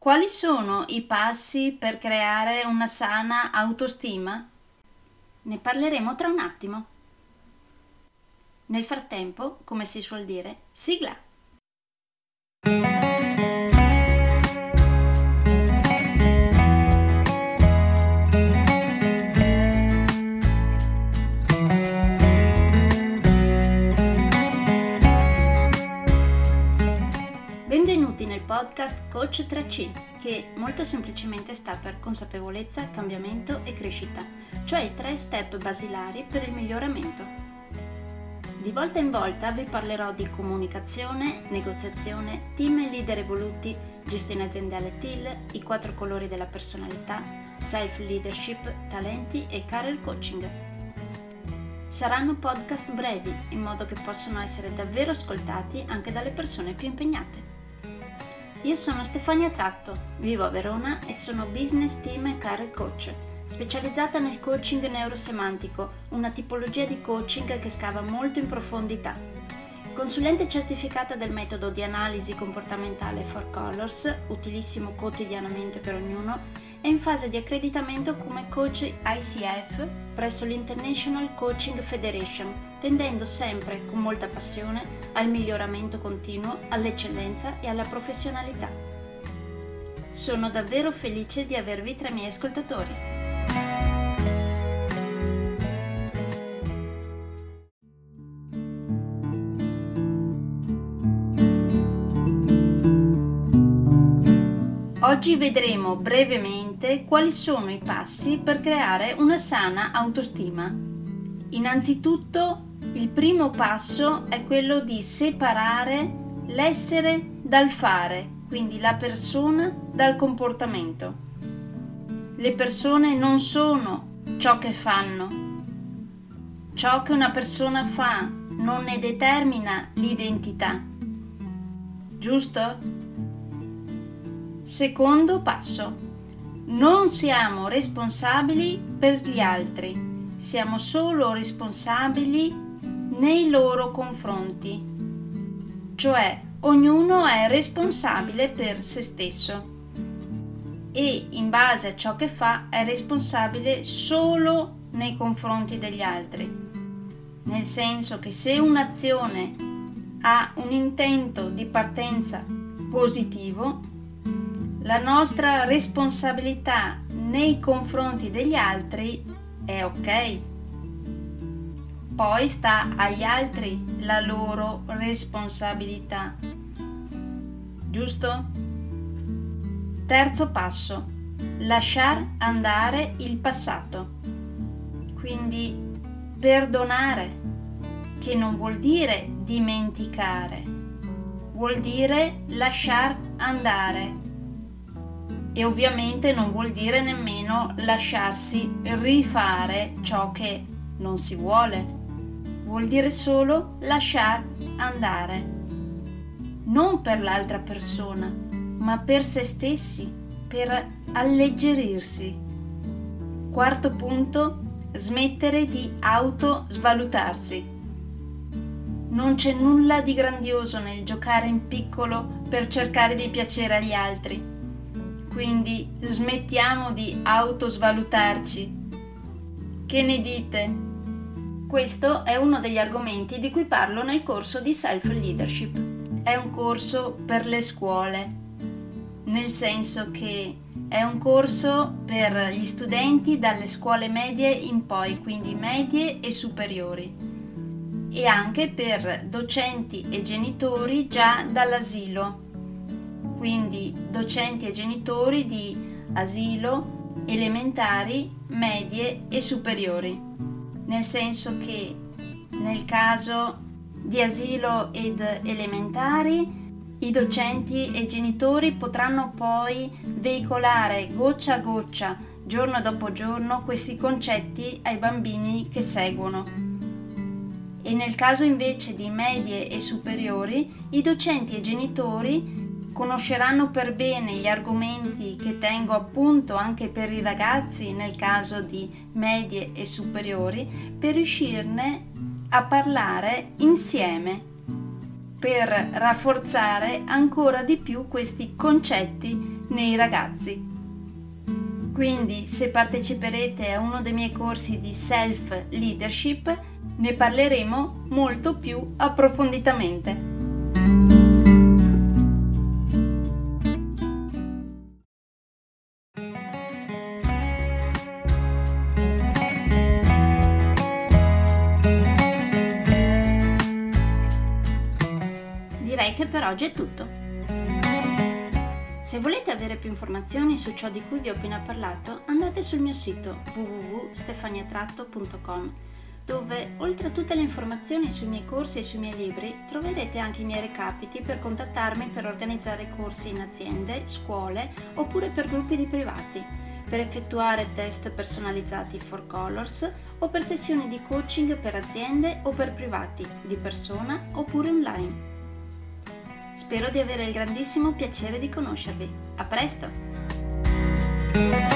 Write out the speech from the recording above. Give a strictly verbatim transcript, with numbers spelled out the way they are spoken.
Quali sono i passi per creare una sana autostima? Ne parleremo tra un attimo. Nel frattempo, come si suol dire, sigla! Benvenuti nel podcast Coach tre C, che molto semplicemente sta per consapevolezza, cambiamento e crescita, cioè i tre step basilari per il miglioramento. Di volta in volta vi parlerò di comunicazione, negoziazione, team e leader evoluti, gestione aziendale T I L, i quattro colori della personalità, self-leadership, talenti e career coaching. Saranno podcast brevi, in modo che possano essere davvero ascoltati anche dalle persone più impegnate. Io sono Stefania Tratto, vivo a Verona e sono business team e career coach, specializzata nel coaching neurosemantico, una tipologia di coaching che scava molto in profondità. Consulente certificata del metodo di analisi comportamentale Four Colors, utilissimo quotidianamente per ognuno, è in fase di accreditamento come coach I C F presso l'International Coaching Federation, tendendo sempre con molta passione al miglioramento continuo, all'eccellenza e alla professionalità. Sono davvero felice di avervi tra i miei ascoltatori. Oggi vedremo brevemente quali sono i passi per creare una sana autostima. Innanzitutto, il primo passo è quello di separare l'essere dal fare, quindi la persona dal comportamento. Le persone non sono ciò che fanno. Ciò che una persona fa non ne determina l'identità. Giusto? Secondo passo, non siamo responsabili per gli altri, siamo solo responsabili nei loro confronti, cioè ognuno è responsabile per se stesso e in base a ciò che fa è responsabile solo nei confronti degli altri, nel senso che se un'azione ha un intento di partenza positivo, la nostra responsabilità nei confronti degli altri è ok. Poi sta agli altri la loro responsabilità. Giusto? Terzo passo: lasciar andare il passato. Quindi perdonare, che non vuol dire dimenticare, vuol dire lasciar andare. E ovviamente non vuol dire nemmeno lasciarsi rifare ciò che non si vuole. Vuol dire solo lasciar andare. Non per l'altra persona, ma per se stessi, per alleggerirsi. Quarto punto: smettere di autosvalutarsi. Non c'è nulla di grandioso nel giocare in piccolo per cercare di piacere agli altri. Quindi smettiamo di autosvalutarci. Che ne dite? Questo è uno degli argomenti di cui parlo nel corso di Self Leadership. È un corso per le scuole, nel senso che è un corso per gli studenti dalle scuole medie in poi, quindi medie e superiori, e anche per docenti e genitori già dall'asilo. Quindi docenti e genitori di asilo, elementari, medie e superiori, nel senso che nel caso di asilo ed elementari i docenti e i genitori potranno poi veicolare goccia a goccia, giorno dopo giorno, questi concetti ai bambini che seguono. E nel caso invece di medie e superiori, i docenti e i genitori conosceranno per bene gli argomenti che tengo appunto anche per i ragazzi nel caso di medie e superiori, per riuscirne a parlare insieme, per rafforzare ancora di più questi concetti nei ragazzi. Quindi se parteciperete a uno dei miei corsi di self leadership ne parleremo molto più approfonditamente. Direi che per oggi è tutto. Se volete avere più informazioni su ciò di cui vi ho appena parlato, andate sul mio sito w w w punto stefania tratto punto com, dove oltre a tutte le informazioni sui miei corsi e sui miei libri troverete anche i miei recapiti per contattarmi per organizzare corsi in aziende, scuole oppure per gruppi di privati, per effettuare test personalizzati for colors o per sessioni di coaching per aziende o per privati, di persona oppure online. Spero di avere il grandissimo piacere di conoscervi. A presto!